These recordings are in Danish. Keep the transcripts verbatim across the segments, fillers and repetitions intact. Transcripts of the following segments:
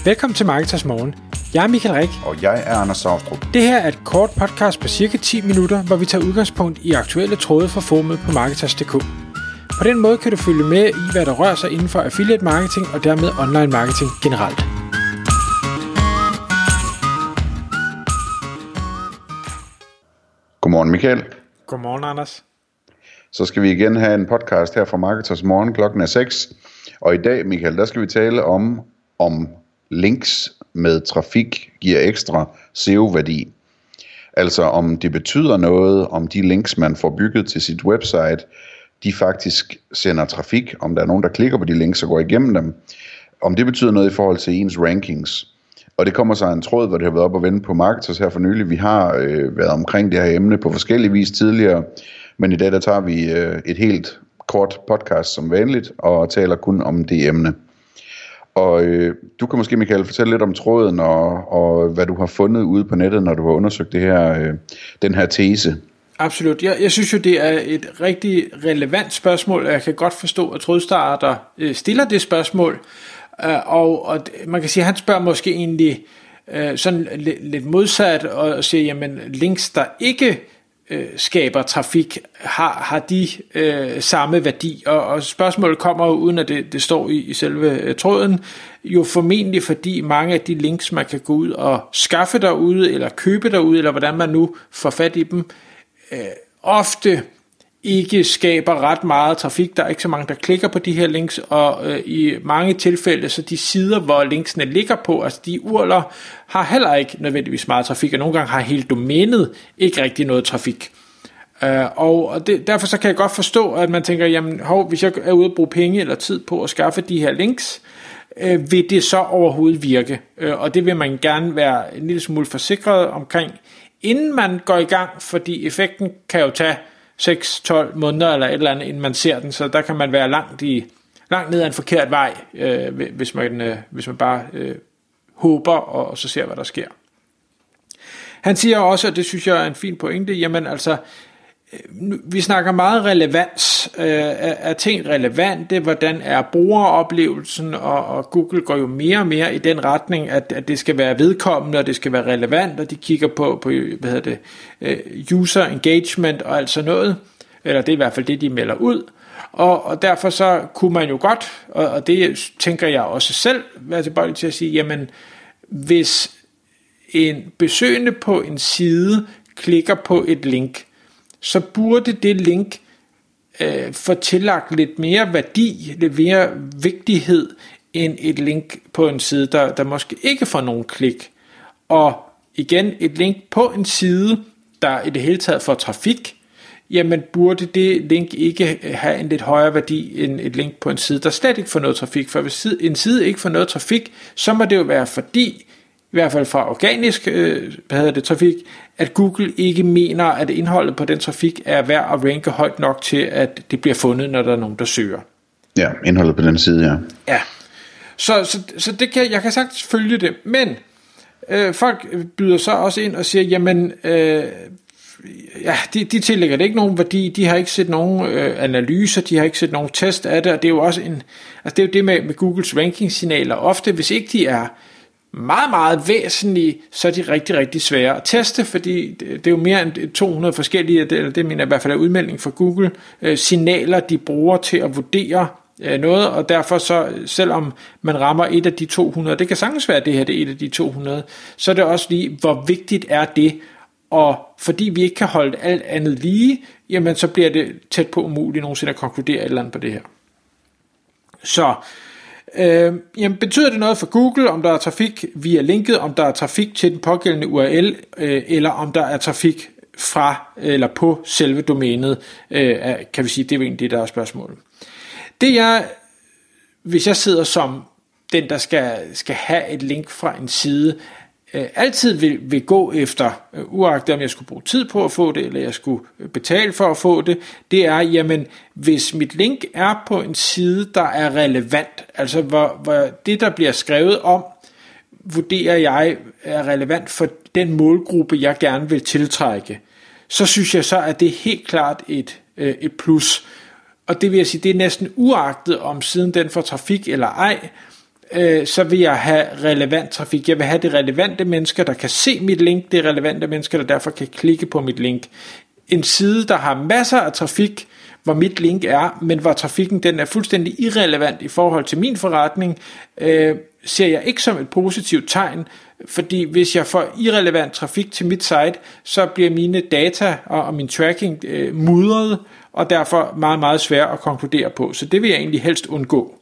Velkommen til Marketers Morgen. Jeg er Michael Rik. Og jeg er Anders Saustrup. Det her er et kort podcast på cirka ti minutter, hvor vi tager udgangspunkt i aktuelle tråde fra forumet på Marketers punktum d k. På den måde kan du følge med i, hvad der rører sig inden for affiliate marketing og dermed online marketing generelt. Godmorgen Michael. Godmorgen Anders. Så skal vi igen have en podcast her fra Marketers Morgen. Klokken er seks. Og i dag, Michael, der skal vi tale om, om links med trafik giver ekstra S E O-værdi. Altså om det betyder noget, om de links, man får bygget til sit website, de faktisk sender trafik, om der er nogen, der klikker på de links og går igennem dem, om det betyder noget i forhold til ens rankings. Og det kommer så en tråd, hvor det har været op og vende på Marketers her for nylig. Vi har øh, været omkring det her emne på forskellige vis tidligere, men i dag der tager vi øh, et helt kort podcast som vanligt, og taler kun om det emne. Og øh, du kan måske, Michael, fortælle lidt om tråden, og, og hvad du har fundet ude på nettet, når du har undersøgt det her, øh, den her tese. Absolut. Jeg, jeg synes jo, det er et rigtig relevant spørgsmål, og jeg kan godt forstå, at trådstarter øh, stiller det spørgsmål. Øh, og, og man kan sige, at han spørger måske egentlig øh, sådan lidt, lidt modsat, og siger, jamen links, der ikke øh, skaber trafik, har, har de øh, samme værdi? Og, og spørgsmålet kommer jo, uden at det, det står i, i selve øh, tråden, jo formentlig fordi mange af de links, man kan gå ud og skaffe derude, eller købe derude, eller hvordan man nu får fat i dem, øh, ofte ikke skaber ret meget trafik. Der er ikke så mange, der klikker på de her links, og øh, i mange tilfælde, så de sider, hvor linksene ligger på, altså de urler, har heller ikke nødvendigvis meget trafik, og nogle gange har hele domænet ikke rigtig noget trafik. Øh, og det, derfor så kan jeg godt forstå, at man tænker, jamen hov, hvis jeg er ude at bruge penge eller tid på at skaffe de her links, øh, vil det så overhovedet virke? Øh, og det vil man gerne være en lille smule forsikret omkring, inden man går i gang, fordi effekten kan jo tage seks til tolv måneder eller et eller andet, inden man ser den, så der kan man være langt, i, langt ned ad en forkert vej, øh, hvis, man, øh, hvis man bare øh, håber, og, og så ser, hvad der sker. Han siger også, og det synes jeg er en fin pointe, jamen altså, øh, vi snakker meget relevans, øh, er, er ting relevante, hvordan er brugeroplevelsen, og, og Google går jo mere og mere i den retning, at, at det skal være vedkommende, og det skal være relevant, og de kigger på, på hvad hedder det, user engagement og altså noget, eller det er i hvert fald det, de melder ud, og, og derfor så kunne man jo godt, og, og det tænker jeg også selv, være tilbøjelig til at sige, jamen hvis en besøgende på en side klikker på et link, så burde det link øh, få tillagt lidt mere værdi, lidt mere vigtighed, end et link på en side, der, der måske ikke får nogen klik. Og igen, et link på en side, der i det hele taget får trafik, jamen burde det link ikke have en lidt højere værdi end et link på en side, der slet ikke får noget trafik. For hvis en side ikke får noget trafik, så må det jo være fordi, i hvert fald fra organisk øh, hvad hedder det, trafik, at Google ikke mener, at indholdet på den trafik er værd at ranke højt nok til, at det bliver fundet, når der er nogen, der søger. Ja, indholdet på den side, ja. Ja, så, så, så det kan, jeg kan sagtens følge det, men øh, folk byder så også ind og siger, jamen, øh, ja, de, de tillægger det ikke nogen værdi, de har ikke set nogen øh, analyser, de har ikke set nogen test af det, og det er jo også en, altså det er jo det med, med Googles rankingsignaler, ofte hvis ikke de er meget, meget væsentlige, så er de rigtig, rigtig svære at teste, fordi det er jo mere end to hundrede forskellige, det, det mener jeg i hvert fald er udmelding fra Google, øh, signaler, de bruger til at vurdere øh, noget, og derfor så, selvom man rammer et af de to hundrede, det kan sagtens være, at det her det er et af de to hundrede, så er det også lige, hvor vigtigt er det, og fordi vi ikke kan holde alt andet lige, jamen så bliver det tæt på umuligt nogensinde at konkludere et eller andet på det her. Så Øh, jamen betyder det noget for Google, om der er trafik via linket, om der er trafik til den pågældende U R L, øh, eller om der er trafik fra eller på selve domænet, øh, kan vi sige, det er egentlig det, der er spørgsmålet. Det jeg, hvis jeg sidder som den, der skal, skal have et link fra en side, øh, altid vil, vil gå efter, øh, uagtet om jeg skulle bruge tid på at få det, eller jeg skulle betale for at få det, det er, jamen, hvis mit link er på en side, der er relevant, altså hvor, hvor det, der bliver skrevet om, vurderer jeg er relevant for den målgruppe, jeg gerne vil tiltrække, så synes jeg så, at det er helt klart et, øh, et plus. Og det vil jeg sige, det er næsten uagtet om siden den får trafik eller ej, øh, så vil jeg have relevant trafik. Jeg vil have de relevante mennesker, der kan se mit link, de relevante mennesker, der derfor kan klikke på mit link. En side, der har masser af trafik, hvor mit link er, men hvor trafikken den er fuldstændig irrelevant i forhold til min forretning, øh, ser jeg ikke som et positivt tegn, fordi hvis jeg får irrelevant trafik til mit site, så bliver mine data og, og min tracking øh, mudret, og derfor meget, meget svært at konkludere på. Så det vil jeg egentlig helst undgå.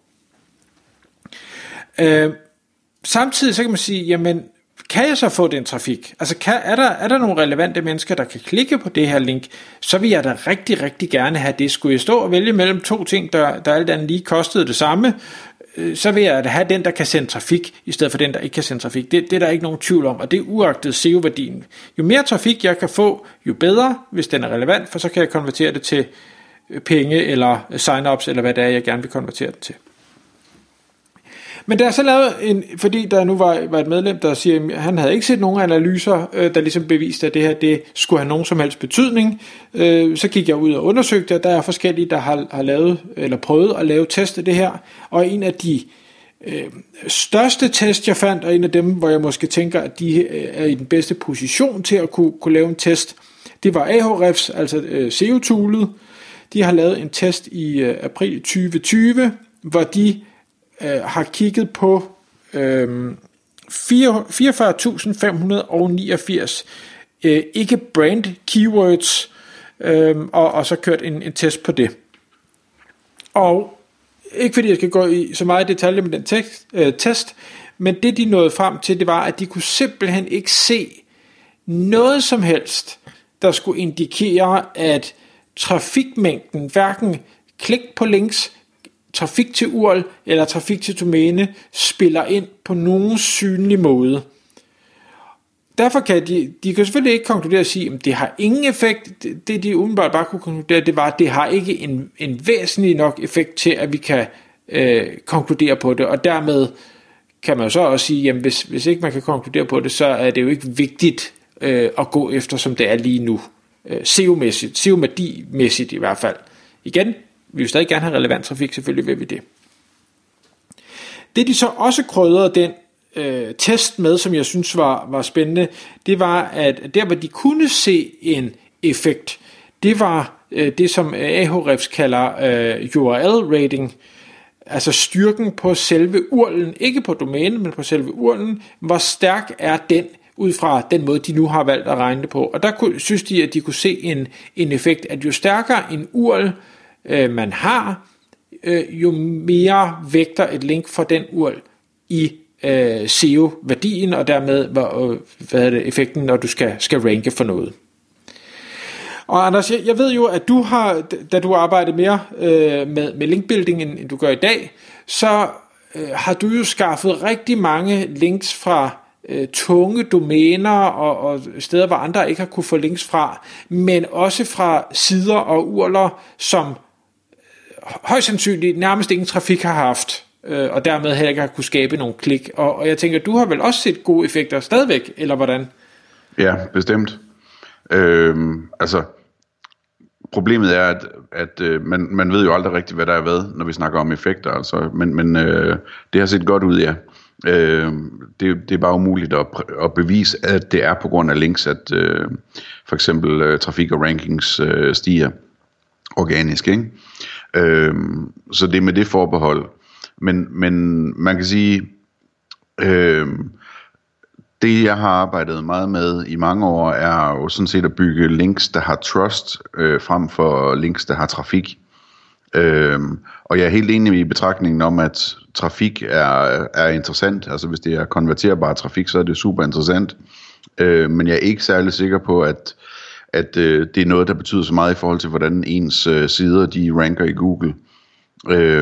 Øh, samtidig så kan man sige, jamen, kan jeg så få den trafik? Altså kan, er, der, er der nogle relevante mennesker, der kan klikke på det her link, så vil jeg da rigtig, rigtig gerne have det. Skulle jeg stå og vælge mellem to ting, der, der alt andet lige kostede det samme, øh, så vil jeg da have den, der kan sende trafik, i stedet for den, der ikke kan sende trafik. Det, det er der ikke nogen tvivl om, og det er uagtet S E O-værdien. Jo mere trafik jeg kan få, jo bedre, hvis den er relevant, for så kan jeg konvertere det til penge, eller sign-ups, eller hvad det er, jeg gerne vil konvertere det til. Men der er så lavet en, fordi der nu var, var et medlem, der siger, at han havde ikke set nogen analyser, øh, der ligesom beviste, at det her, det skulle have nogen som helst betydning. Øh, så gik jeg ud og undersøgte, at der er forskellige, der har, har lavet, eller prøvet at lave test af det her. Og en af de øh, største test, jeg fandt, og en af dem, hvor jeg måske tænker, at de øh, er i den bedste position til at kunne, kunne lave en test, det var Ahrefs, altså øh, S E O-toolet. De har lavet en test i øh, april tyve tyve, hvor de har kigget på øh, fireogfyrre tusind fem hundrede niogfirs øh, ikke brand keywords, øh, og, og så kørt en, en test på det. Og ikke fordi jeg skal gå i så meget detalje med den tekst, øh, test, men det de nåede frem til, det var, at de kunne simpelthen ikke se noget som helst, der skulle indikere, at trafikmængden, hverken klik på links, trafik til U R L eller trafik til domæne, spiller ind på nogen synlig måde. Derfor kan de, de kan selvfølgelig ikke konkludere og sige, at det har ingen effekt. Det de umiddelbart bare kunne konkludere, det var, at det har ikke en, en væsentlig nok effekt til, at vi kan øh, konkludere på det, og dermed kan man så også sige, at hvis, hvis ikke man kan konkludere på det, så er det jo ikke vigtigt øh, at gå efter, som det er lige nu. Øh, S E O-mæssigt, S E O-værdimæssigt i hvert fald. Igen, vi vil stadig gerne have relevant trafik, selvfølgelig vil vi det. Det de så også krydrede den øh, test med, som jeg synes var, var spændende, det var, at der hvor de kunne se en effekt, det var øh, det som Ahrefs kalder øh, U R L rating, altså styrken på selve U R L'en, ikke på domænen, men på selve U R L'en. Hvor stærk er den, ud fra den måde, de nu har valgt at regne det på. Og der kunne, synes de, at de kunne se en, en effekt, at jo stærkere en U R L øh, man har, øh, jo mere vægter et link for den U R L i øh, S E O-værdien, og dermed hvad, hvad er det, effekten, når du skal, skal ranke for noget. Og Anders, jeg, jeg ved jo, at du har, da du arbejder mere øh, med, med linkbuilding, end, end du gør i dag, så øh, har du jo skaffet rigtig mange links fra øh, tunge domæner og, og steder, hvor andre ikke har kunne få links fra, men også fra sider og U R L'er, som højst sandsynligt nærmest ingen trafik har haft, øh, og dermed heller ikke har kunne skabe nogle klik. Og, og jeg tænker, du har vel også set gode effekter stadigvæk, eller hvordan? Ja, bestemt. Øhm, altså, problemet er, at, at øh, man, man ved jo aldrig rigtigt, hvad der er hvad, når vi snakker om effekter, altså, men, men øh, det har set godt ud, ja. Øh, det, det er bare umuligt at, at bevise, at det er på grund af links, at øh, for eksempel øh, trafik og rankings øh, stiger organisk, ikke? Øh, så det er med det forbehold. Men, men man kan sige, øh, det jeg har arbejdet meget med i mange år, er jo sådan set at bygge links, der har trust, øh, frem for links, der har trafik. Øh, og jeg er helt enig i betragtningen om, at trafik er, er interessant. Altså hvis det er konverterbar trafik, så er det super interessant. Øh, men jeg er ikke særlig sikker på, at, at øh, det er noget, der betyder så meget i forhold til, hvordan ens øh, sider de ranker i Google. Øh,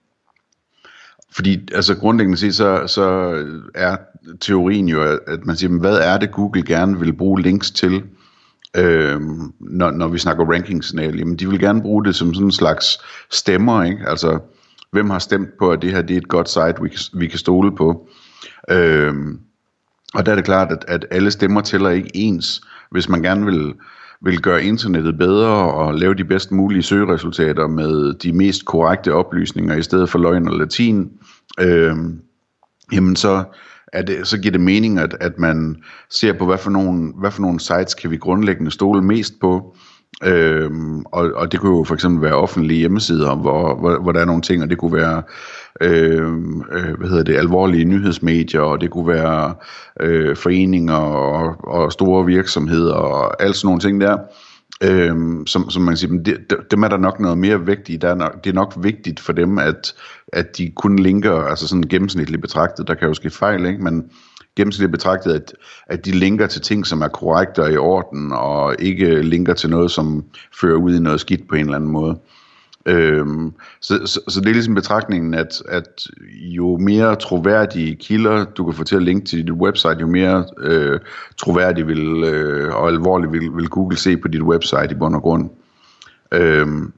Fordi altså grundlæggende set, så, så er teorien jo, at man siger, hvad er det Google gerne vil bruge links til, øh, når, når vi snakker rankingsignal? Jamen de vil gerne bruge det som sådan en slags stemmer, ikke? Altså hvem har stemt på, at det her det er et godt site, vi kan, vi kan stole på? Øh, og der er det klart, at, at alle stemmer tæller ikke ens. Hvis man gerne vil, vil gøre internettet bedre og lave de bedst mulige søgeresultater med de mest korrekte oplysninger i stedet for løgn og latin, øh, jamen så, er det, så giver det mening, at, at man ser på, hvad for, nogle, hvad for nogle sites kan vi grundlæggende stole mest på. Øhm, og, og det kunne jo for eksempel være offentlige hjemmesider, hvor, hvor, hvor der er nogle ting, og det kunne være øhm, øh, hvad hedder det, alvorlige nyhedsmedier, og det kunne være øh, foreninger og, og store virksomheder og alt sådan nogle ting der. Øhm, som, som man kan sige, det, dem er der nok noget mere vægt i. Der er nok, det er nok vigtigt for dem, at, at de kun linker, altså sådan gennemsnitligt betragtet, der kan jo ske fejl, ikke? Men gennemsnitligt betragtet, at, at de linker til ting, som er korrekte og i orden, og ikke linker til noget, som fører ud i noget skidt på en eller anden måde. Øhm, så, så, så det er ligesom betragtningen, at, at jo mere troværdige kilder du kan få til at linke til dit website, jo mere øh, troværdig vil, øh, og alvorligt vil, vil Google se på dit website i bund og grund. Øhm,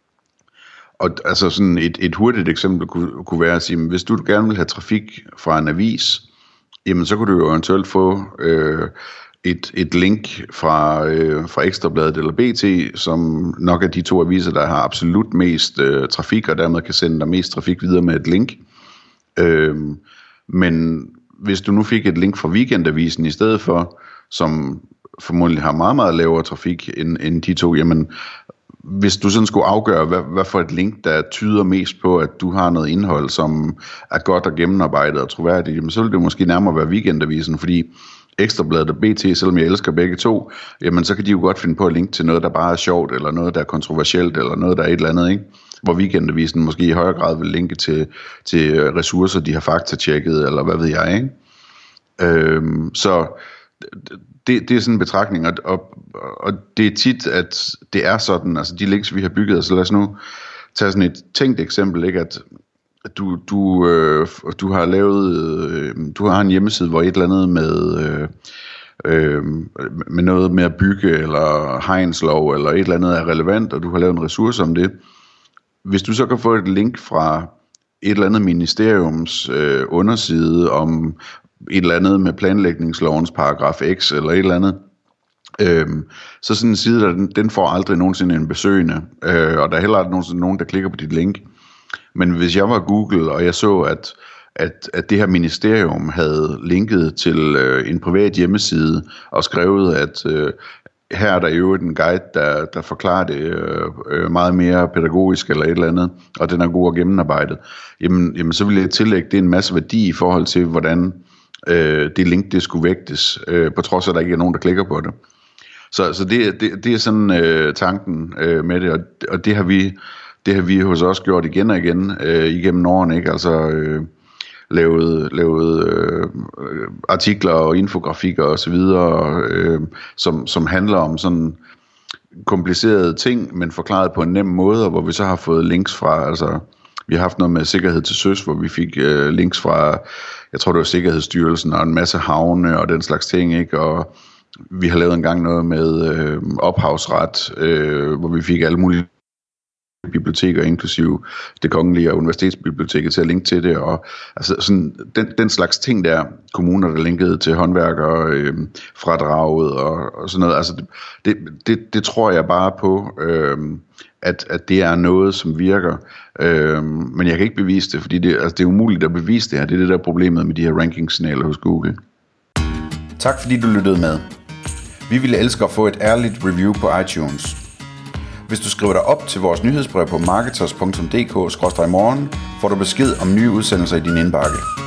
og altså sådan et, et hurtigt eksempel kunne, kunne være at sige, hvis du gerne vil have trafik fra en avis, jamen så kunne du jo eventuelt få øh, et, et link fra, øh, fra Ekstrabladet eller B T, som nok er de to aviser, der har absolut mest øh, trafik, og dermed kan sende dig mest trafik videre med et link. Øh, men hvis du nu fik et link fra Weekendavisen i stedet for, som formodentlig har meget, meget lavere trafik end, end de to, jamen hvis du sådan skulle afgøre, hvad, hvad for et link, der tyder mest på, at du har noget indhold, som er godt og gennemarbejdet og troværdigt, jamen så ville det måske nærmere være Weekendavisen, fordi Ekstrabladet og B T, selvom jeg elsker begge to, jamen så kan de jo godt finde på at linke til noget, der bare er sjovt, eller noget, der er kontroversielt, eller noget, der er et eller andet, ikke? Hvor Weekendavisen måske i højere grad vil linke til, til ressourcer, de har faktatjekket, eller hvad ved jeg, ikke? Øhm, så det, det er sådan en betragtning, og, og, og det er tit, at det er sådan, altså de links, vi har bygget, altså lad os nu tage sådan et tænkt eksempel, ikke? At du, du, øh, du har lavet, øh, du har en hjemmeside, hvor et eller andet med, øh, øh, med noget med at bygge, eller hegnslov, eller et eller andet er relevant, og du har lavet en ressource om det. Hvis du så kan få et link fra et eller andet ministeriums øh, underside om et eller andet med planlægningslovens paragraf X, eller et eller andet, Øhm, så sådan en side, der, den, den får aldrig nogensinde en besøgende, øh, og der er heller aldrig nogensinde nogen, der klikker på dit link. Men hvis jeg var Google, og jeg så, at, at, at det her ministerium havde linket til øh, en privat hjemmeside, og skrevet, at øh, her er der jo en guide, der, der forklarer det øh, meget mere pædagogisk, eller et eller andet, og den er god og gennemarbejdet, jamen, jamen så vil jeg tillægge det en masse værdi i forhold til, hvordan øh, det link, det skulle vægtes, øh, på trods af, at der ikke er nogen, der klikker på det. Så, så det, det, det er sådan øh, tanken øh, med det, og, og det har vi det har vi hos os gjort igen og igen øh, igennem årene, ikke? Altså øh, lavet, lavet øh, artikler og infografikker og så videre, øh, som, som handler om sådan komplicerede ting, men forklaret på en nem måde, og hvor vi så har fået links fra, altså vi har haft noget med sikkerhed til søs, hvor vi fik øh, links fra, jeg tror det var Sikkerhedsstyrelsen og en masse havne og den slags ting, ikke? Og vi har lavet engang noget med øh, ophavsret, øh, hvor vi fik alle mulige biblioteker, inklusive Det Kongelige og Universitetsbiblioteket, til at linke til det, og altså sådan, den, den slags ting der, kommuner der linkede til håndværkere, øh, fradraget og, og sådan noget, altså det, det, det tror jeg bare på, øh, at, at det er noget, som virker, øh, men jeg kan ikke bevise det, fordi det, altså det er umuligt at bevise det her, det er det der problemet med de her rankingsignaler hos Google. Tak fordi du lyttede med. Vi ville elske at få et ærligt review på iTunes. Hvis du skriver dig op til vores nyhedsbrev på marketers punktum d k skråstreg morgen, får du besked om nye udsendelser i din indbakke.